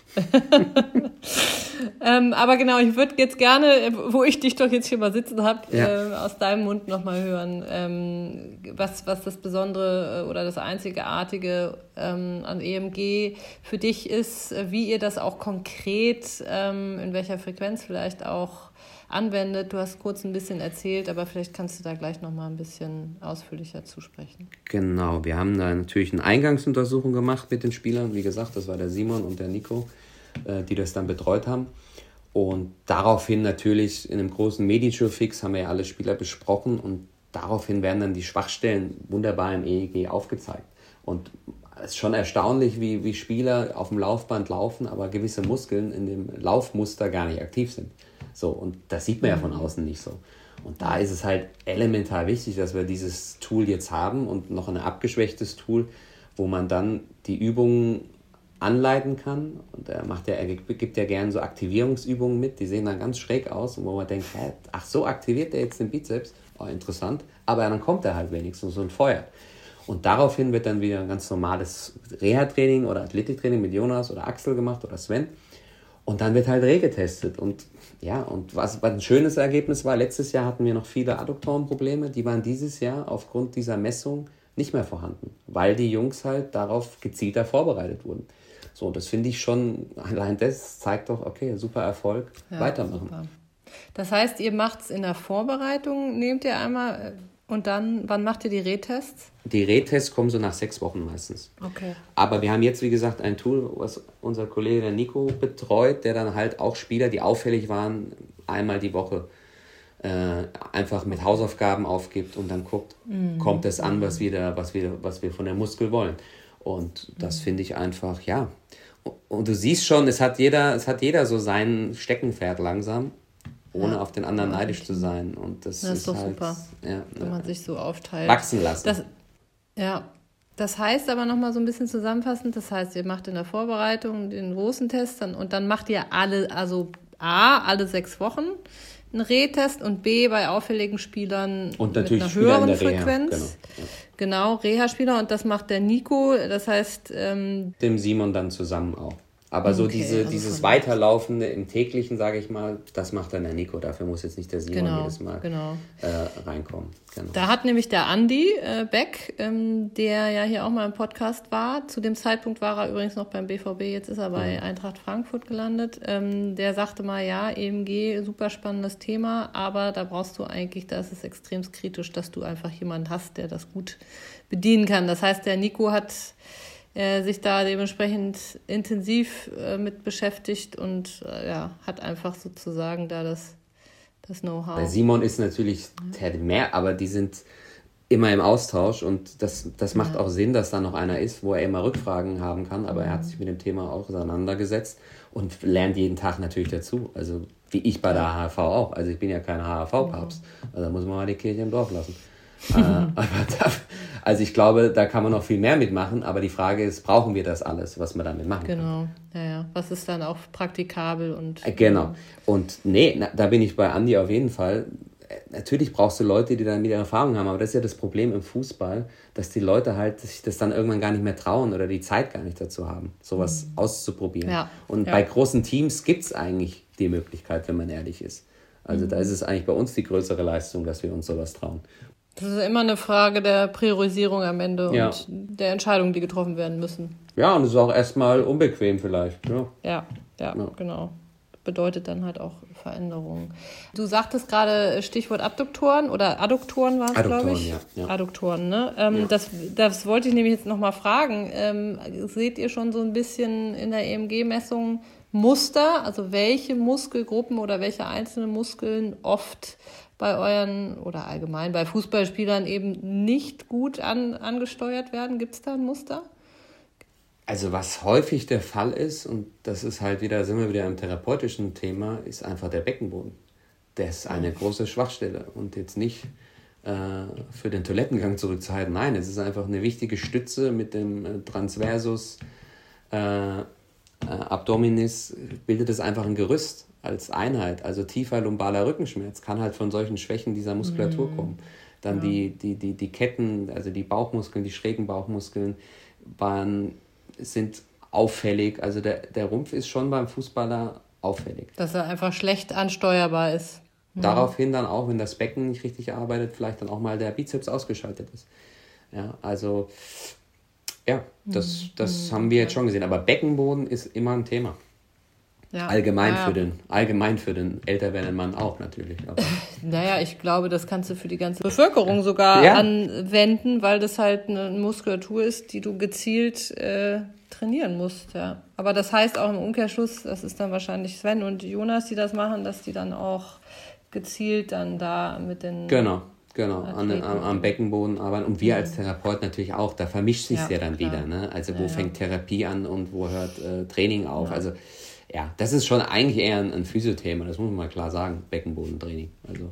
Aber genau, ich würde jetzt gerne, wo ich dich doch jetzt hier mal sitzen habe, aus deinem Mund nochmal hören, was das Besondere oder das Einzigartige an EMG für dich ist, wie ihr das auch konkret, in welcher Frequenz vielleicht auch anwendet. Du hast kurz ein bisschen erzählt, aber vielleicht kannst du da gleich nochmal ein bisschen ausführlicher zusprechen.
Genau, wir haben da natürlich eine Eingangsuntersuchung gemacht mit den Spielern. Wie gesagt, das war der Simon und der Nico, die das dann betreut haben. Und daraufhin natürlich in einem großen Medisure-Fix haben wir ja alle Spieler besprochen, und daraufhin werden dann die Schwachstellen wunderbar im EEG aufgezeigt. Und es ist schon erstaunlich, wie Spieler auf dem Laufband laufen, aber gewisse Muskeln in dem Laufmuster gar nicht aktiv sind. So, und das sieht man ja von außen nicht so. Und da ist es halt elementar wichtig, dass wir dieses Tool jetzt haben und noch ein abgeschwächtes Tool, wo man dann die Übungen anleiten kann. Und er gibt ja gerne so Aktivierungsübungen mit, die sehen dann ganz schräg aus, und wo man denkt, so aktiviert er jetzt den Bizeps, interessant, aber dann kommt er halt wenigstens und feuert. Und daraufhin wird dann wieder ein ganz normales Reha-Training oder Athletiktraining mit Jonas oder Axel gemacht oder Sven, und dann wird halt getestet. Und was ein schönes Ergebnis war, letztes Jahr hatten wir noch viele Adduktorenprobleme, die waren dieses Jahr aufgrund dieser Messung nicht mehr vorhanden, weil die Jungs halt darauf gezielter vorbereitet wurden. So, das finde ich schon, allein das zeigt doch, okay, super Erfolg, weitermachen. Super.
Das heißt, ihr macht es in der Vorbereitung, nehmt ihr einmal, und dann, wann macht ihr die Rehtests?
Die Rehtests kommen so nach 6 Wochen meistens.
Okay.
Aber wir haben jetzt, wie gesagt, ein Tool, was unser Kollege der Nico betreut, der dann halt auch Spieler, die auffällig waren, einmal die Woche einfach mit Hausaufgaben aufgibt und dann guckt, kommt es an, was wir von der Muskel wollen. Und das finde ich einfach, Und du siehst schon, es hat jeder so sein Steckenpferd langsam. ohne auf den anderen neidisch zu sein. Und das ist
doch
halt,
super, wenn man sich so aufteilt.
Wachsen lassen.
Das heißt aber nochmal so ein bisschen zusammenfassend, das heißt, ihr macht in der Vorbereitung den großen Test und dann macht ihr alle 6 Wochen einen Rehtest und B, bei auffälligen Spielern
und natürlich
mit einer höheren
in der Reha,
Frequenz. Genau, Reha-Spieler, und das macht der Nico, das heißt...
dem Simon dann zusammen auch. Aber so dieses Weiterlaufende im täglichen, sage ich mal, das macht dann der Nico. Dafür muss jetzt nicht der Simon jedes Mal reinkommen. Genau.
Da hat nämlich der Andi Beck, der ja hier auch mal im Podcast war, zu dem Zeitpunkt war er übrigens noch beim BVB, jetzt ist er bei Eintracht Frankfurt gelandet, der sagte mal, ja, EMG, super spannendes Thema, aber da brauchst du eigentlich, da ist es extrem kritisch, dass du einfach jemanden hast, der das gut bedienen kann. Das heißt, der Nico hat... sich da dementsprechend intensiv mit beschäftigt und hat einfach sozusagen da das Know-how.
Bei Simon ist natürlich mehr, aber die sind immer im Austausch und das macht auch Sinn, dass da noch einer ist, wo er immer Rückfragen haben kann, aber er hat sich mit dem Thema auch auseinandergesetzt und lernt jeden Tag natürlich dazu. Also wie ich bei der HRV auch. Also ich bin ja kein HRV-Papst, also da muss man mal die Kirche im Dorf lassen. Also ich glaube, da kann man noch viel mehr mitmachen, aber die Frage ist, brauchen wir das alles, was man damit machen kann?
Genau, was ist dann auch praktikabel und...
Genau, und da bin ich bei Andi auf jeden Fall. Natürlich brauchst du Leute, die dann wieder Erfahrung haben, aber das ist ja das Problem im Fußball, dass die Leute halt sich das dann irgendwann gar nicht mehr trauen oder die Zeit gar nicht dazu haben, sowas auszuprobieren. Ja. Und bei großen Teams gibt es eigentlich die Möglichkeit, wenn man ehrlich ist. Also da ist es eigentlich bei uns die größere Leistung, dass wir uns sowas trauen.
Das ist immer eine Frage der Priorisierung am Ende und der Entscheidungen, die getroffen werden müssen.
Ja, und es ist auch erstmal unbequem vielleicht.
Ja, genau. Bedeutet dann halt auch Veränderungen. Du sagtest gerade Stichwort Abduktoren oder Adduktoren war es, glaube ich. Ja. Adduktoren, ne? Das wollte ich nämlich jetzt nochmal fragen. Seht ihr schon so ein bisschen in der EMG-Messung Muster, also welche Muskelgruppen oder welche einzelnen Muskeln oft bei euren oder allgemein bei Fußballspielern eben nicht gut angesteuert werden? Gibt es da ein Muster?
Also was häufig der Fall ist, und das ist halt wieder, sind wir wieder im therapeutischen Thema, ist einfach der Beckenboden. Der ist eine große Schwachstelle und jetzt nicht für den Toilettengang zurückzuhalten. Nein, es ist einfach eine wichtige Stütze mit dem Transversus Abdominis, bildet es einfach ein Gerüst als Einheit. Also tiefer lumbaler Rückenschmerz kann halt von solchen Schwächen dieser Muskulatur kommen. Dann die Ketten, also die Bauchmuskeln, die schrägen Bauchmuskeln sind auffällig. Also der Rumpf ist schon beim Fußballer auffällig.
Dass er einfach schlecht ansteuerbar ist.
Daraufhin dann auch, wenn das Becken nicht richtig arbeitet, vielleicht dann auch mal der Bizeps ausgeschaltet ist. Ja, also das haben wir jetzt schon gesehen. Aber Beckenboden ist immer ein Thema. Ja. Allgemein für den älter werdenden Mann auch natürlich. Aber
ich glaube, das kannst du für die ganze Bevölkerung sogar anwenden, weil das halt eine Muskulatur ist, die du gezielt trainieren musst. Ja. Aber das heißt auch im Umkehrschluss, das ist dann wahrscheinlich Sven und Jonas, die das machen, dass die dann auch gezielt dann da mit den...
Genau, am Beckenboden arbeiten. Und wir als Therapeut natürlich auch, da vermischt sich ja dann wieder. Ne? Also wo fängt Therapie an und wo hört Training auf? Ja. Also das ist schon eigentlich eher ein Physiothema, das muss man mal klar sagen, Beckenbodentraining. Also.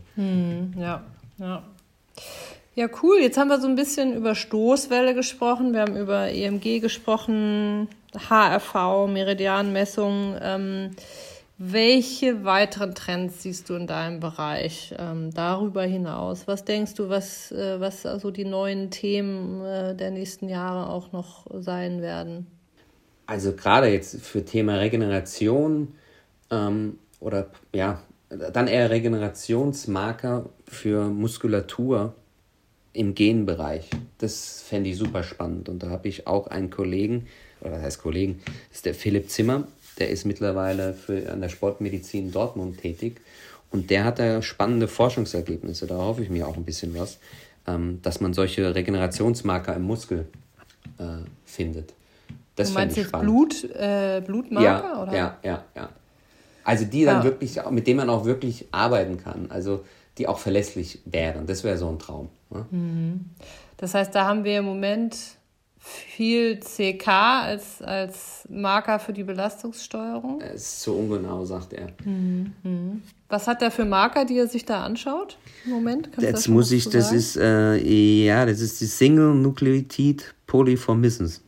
Ja, cool. Jetzt haben wir so ein bisschen über Stoßwelle gesprochen, wir haben über EMG gesprochen, HRV, Meridianmessung. Welche weiteren Trends siehst du in deinem Bereich darüber hinaus? Was denkst du, was also die neuen Themen der nächsten Jahre auch noch sein werden?
Also gerade jetzt für Thema Regeneration dann eher Regenerationsmarker für Muskulatur im Genbereich. Das fände ich super spannend. Und da habe ich auch einen Kollegen, oder das heißt Kollegen, das ist der Philipp Zimmer, der ist mittlerweile an der Sportmedizin Dortmund tätig. Und der hat da spannende Forschungsergebnisse, da hoffe ich mir auch ein bisschen was, dass man solche Regenerationsmarker im Muskel findet. Das
du meinst jetzt Blutmarker? Oder?
Ja. Also die dann wirklich, mit denen man auch wirklich arbeiten kann, also die auch verlässlich wären. Das wäre so ein Traum. Ne?
Das heißt, da haben wir im Moment viel CK als Marker für die Belastungssteuerung?
Es ist zu ungenau, sagt er.
Was hat er für Marker, die er sich da anschaut im Moment?
Das ist die Single Nucleotide Polyphomismus.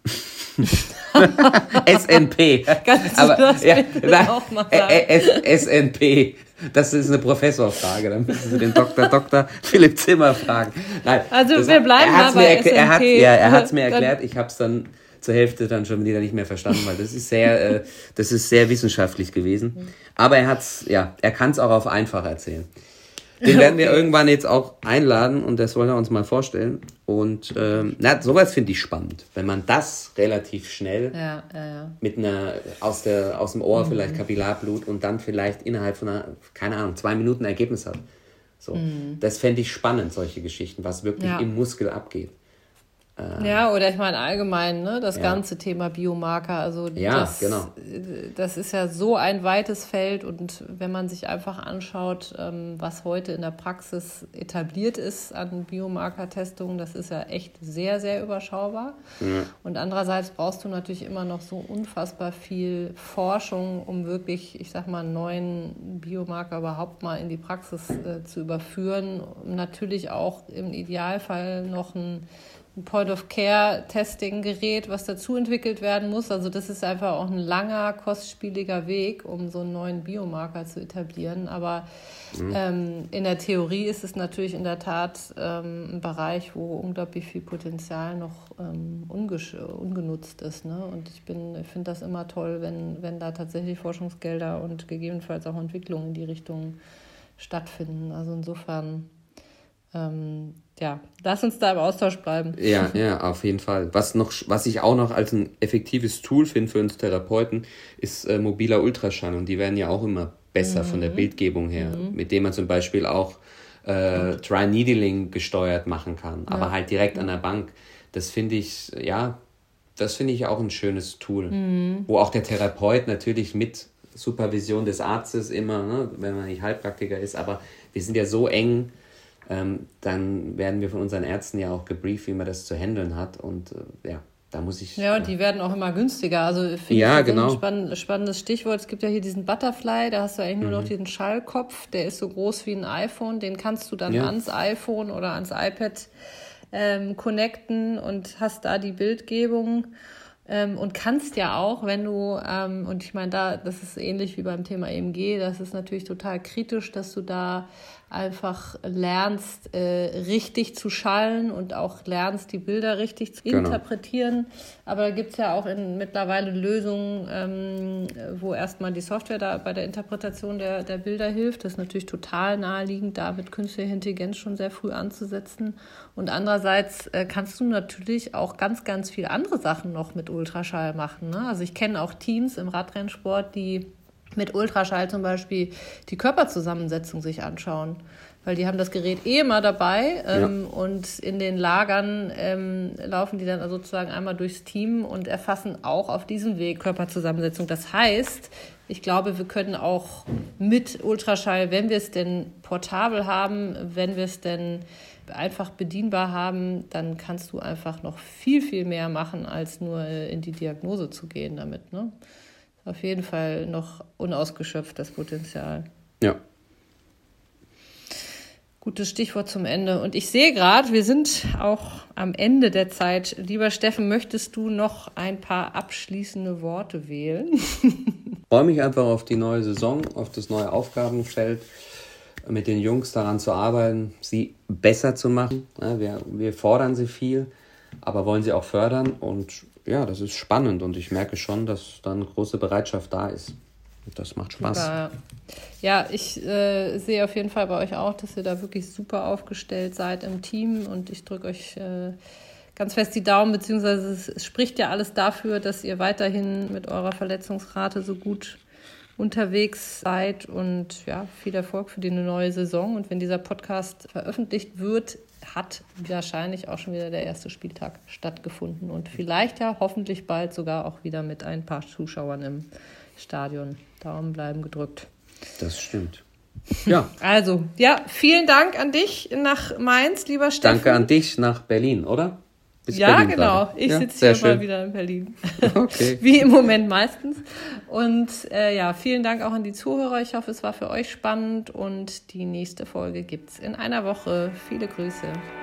SNP.
Kannst du das auch mal sagen?
SNP. Das ist eine Professorfrage. Dann müssen Sie den Dr. Philipp Zimmer fragen. Nein,
also wir bleiben mal bei SNP.
Er hat es mir erklärt. Ich habe es dann zur Hälfte dann schon wieder nicht mehr verstanden, weil das ist sehr wissenschaftlich gewesen. Aber er kann es auch auf einfach erzählen. Den werden wir irgendwann jetzt auch einladen und das wollen wir uns mal vorstellen. Und sowas finde ich spannend, wenn man das relativ schnell mit aus dem Ohr vielleicht Kapillarblut und dann vielleicht innerhalb von 2 Minuten Ergebnis hat. So, das fände ich spannend, solche Geschichten, was wirklich im Muskel abgeht.
Oder ich meine allgemein, ne, das ganze Thema Biomarker, also das ist ja so ein weites Feld und wenn man sich einfach anschaut, was heute in der Praxis etabliert ist an Biomarkertestungen, das ist ja echt sehr, sehr überschaubar. Und andererseits brauchst du natürlich immer noch so unfassbar viel Forschung, um wirklich, ich sag mal, einen neuen Biomarker überhaupt mal in die Praxis zu überführen. Natürlich auch im Idealfall noch ein Point-of-Care-Testing-Gerät, was dazu entwickelt werden muss. Also das ist einfach auch ein langer, kostspieliger Weg, um so einen neuen Biomarker zu etablieren. Aber in der Theorie ist es natürlich in der Tat ein Bereich, wo unglaublich viel Potenzial noch ungenutzt ist. Ne? Und ich finde das immer toll, wenn da tatsächlich Forschungsgelder und gegebenenfalls auch Entwicklungen in die Richtung stattfinden. Also insofern lass uns da im Austausch bleiben.
Ja, auf jeden Fall. Was ich auch noch als ein effektives Tool finde für uns Therapeuten, ist mobiler Ultraschall. Und die werden ja auch immer besser von der Bildgebung her, mit dem man zum Beispiel auch Dry Needling gesteuert machen kann, aber halt direkt an der Bank. Das finde ich auch ein schönes Tool, wo auch der Therapeut natürlich mit Supervision des Arztes immer, ne, wenn man nicht Heilpraktiker ist, aber wir sind ja so eng, dann werden wir von unseren Ärzten ja auch gebrieft, wie man das zu handeln hat. Und da muss ich...
Ja, und die werden auch immer günstiger. Also finde ich genau. Ein spannendes Stichwort. Es gibt ja hier diesen Butterfly, da hast du eigentlich nur noch diesen Schallkopf, der ist so groß wie ein iPhone. Den kannst du dann ans iPhone oder ans iPad connecten und hast da die Bildgebung. Und kannst ja auch, wenn du, und ich meine, das ist ähnlich wie beim Thema EMG, das ist natürlich total kritisch, dass du da einfach lernst, richtig zu schallen und auch lernst, die Bilder richtig zu interpretieren. Aber da gibt's ja auch mittlerweile Lösungen, wo erstmal die Software da bei der Interpretation der Bilder hilft. Das ist natürlich total naheliegend, da mit künstlicher Intelligenz schon sehr früh anzusetzen. Und andererseits kannst du natürlich auch ganz, ganz viele andere Sachen noch mit Ultraschall machen. Ne? Also ich kenne auch Teams im Radrennsport, die mit Ultraschall zum Beispiel die Körperzusammensetzung sich anschauen. Weil die haben das Gerät immer dabei und in den Lagern laufen die dann sozusagen einmal durchs Team und erfassen auch auf diesem Weg Körperzusammensetzung. Das heißt, ich glaube, wir können auch mit Ultraschall, wenn wir es denn portabel haben, wenn wir es denn einfach bedienbar haben, dann kannst du einfach noch viel, viel mehr machen, als nur in die Diagnose zu gehen damit, ne? Auf jeden Fall noch unausgeschöpft, das Potenzial.
Ja.
Gutes Stichwort zum Ende. Und ich sehe gerade, wir sind auch am Ende der Zeit. Lieber Steffen, möchtest du noch ein paar abschließende Worte wählen?
Ich freue mich einfach auf die neue Saison, auf das neue Aufgabenfeld, mit den Jungs daran zu arbeiten, sie besser zu machen. Ja, wir fordern sie viel, aber wollen sie auch fördern. Und ja, das ist spannend und ich merke schon, dass da eine große Bereitschaft da ist. Und das macht Spaß.
Super. Ja, ich sehe auf jeden Fall bei euch auch, dass ihr da wirklich super aufgestellt seid im Team und ich drücke euch ganz fest die Daumen, beziehungsweise es spricht ja alles dafür, dass ihr weiterhin mit eurer Verletzungsrate so gut unterwegs seid und ja, viel Erfolg für die neue Saison. Und wenn dieser Podcast veröffentlicht wird, hat wahrscheinlich auch schon wieder der erste Spieltag stattgefunden und vielleicht ja hoffentlich bald sogar auch wieder mit ein paar Zuschauern im Stadion. Daumen bleiben gedrückt.
Das stimmt. Ja.
Also, ja, vielen Dank an dich nach Mainz, lieber Steffen.
Danke an dich nach Berlin, oder? Bis
ja,
Berlin
genau.
gerade.
Ich
Ja,
sitze
sehr
hier mal
schön.
wieder in Berlin.
Okay.
Wie im Moment meistens. Und ja, vielen Dank auch an die Zuhörer. Ich hoffe, es war für euch spannend. Und die nächste Folge gibt's in einer Woche. Viele Grüße.